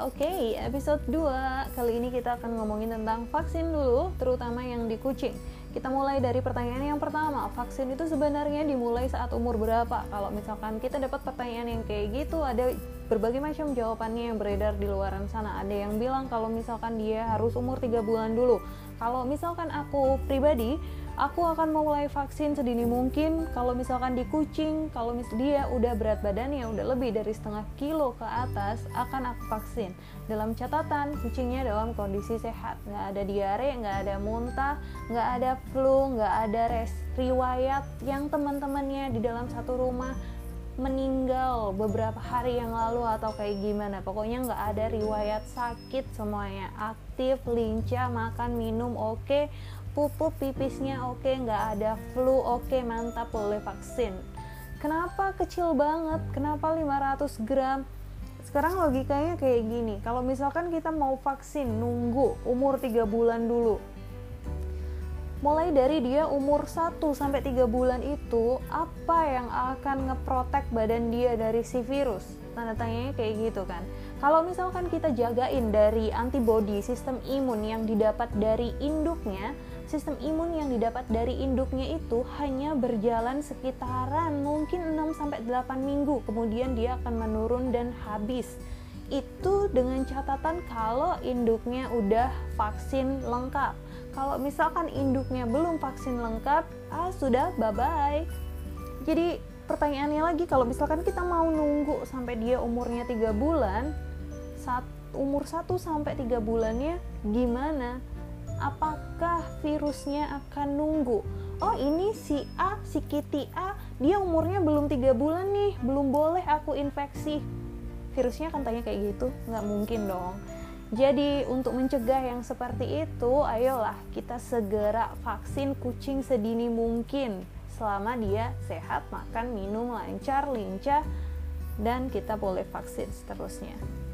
Oke, episode 2. Kali ini kita akan ngomongin tentang vaksin dulu, terutama yang di kucing. Kita mulai dari pertanyaan yang pertama. Vaksin itu sebenarnya dimulai saat umur berapa? Kalau misalkan kita dapat pertanyaan yang kayak gitu, ada berbagai macam jawabannya yang beredar di luaran sana. Ada yang bilang kalau misalkan dia harus umur 3 bulan dulu. Kalau misalkan aku pribadi, aku akan memulai vaksin sedini mungkin. Kalau misalkan di kucing, kalau dia udah berat badannya udah lebih dari setengah kilo ke atas, akan aku vaksin. Dalam catatan, kucingnya dalam kondisi sehat, nggak ada diare, nggak ada muntah, nggak ada flu, nggak ada riwayat yang teman-temannya di dalam satu rumah meninggal beberapa hari yang lalu atau kayak gimana. Pokoknya nggak ada riwayat sakit, semuanya aktif, lincah, makan, minum oke, pupuk pipisnya oke, nggak ada flu oke, mantap, boleh vaksin. Kenapa kecil banget? Kenapa 500 gram? Sekarang logikanya kayak gini, kalau misalkan kita mau vaksin nunggu umur 3 bulan dulu, mulai dari dia umur 1-3 bulan itu, apa yang akan ngeprotek badan dia dari si virus? Tanda tanyanya kayak gitu kan. Kalau misalkan kita jagain dari antibodi, sistem imun yang didapat dari induknya, sistem imun yang didapat dari induknya itu hanya berjalan sekitaran mungkin 6-8 minggu, kemudian dia akan menurun dan habis. Itu dengan catatan kalau induknya udah vaksin lengkap. Kalau misalkan induknya belum vaksin lengkap, sudah bye-bye. Jadi pertanyaannya lagi, kalau misalkan kita mau nunggu sampai dia umurnya 3 bulan, umur 1-3 bulannya gimana? Apakah virusnya akan nunggu? Oh, ini si A, si Kitty A, dia umurnya belum 3 bulan nih, belum boleh aku infeksi. Virusnya akan tanya kayak gitu? Nggak mungkin dong. Jadi untuk mencegah yang seperti itu, ayolah kita segera vaksin kucing sedini mungkin. Selama dia sehat, makan, minum, lancar, lincah, dan kita boleh vaksin seterusnya.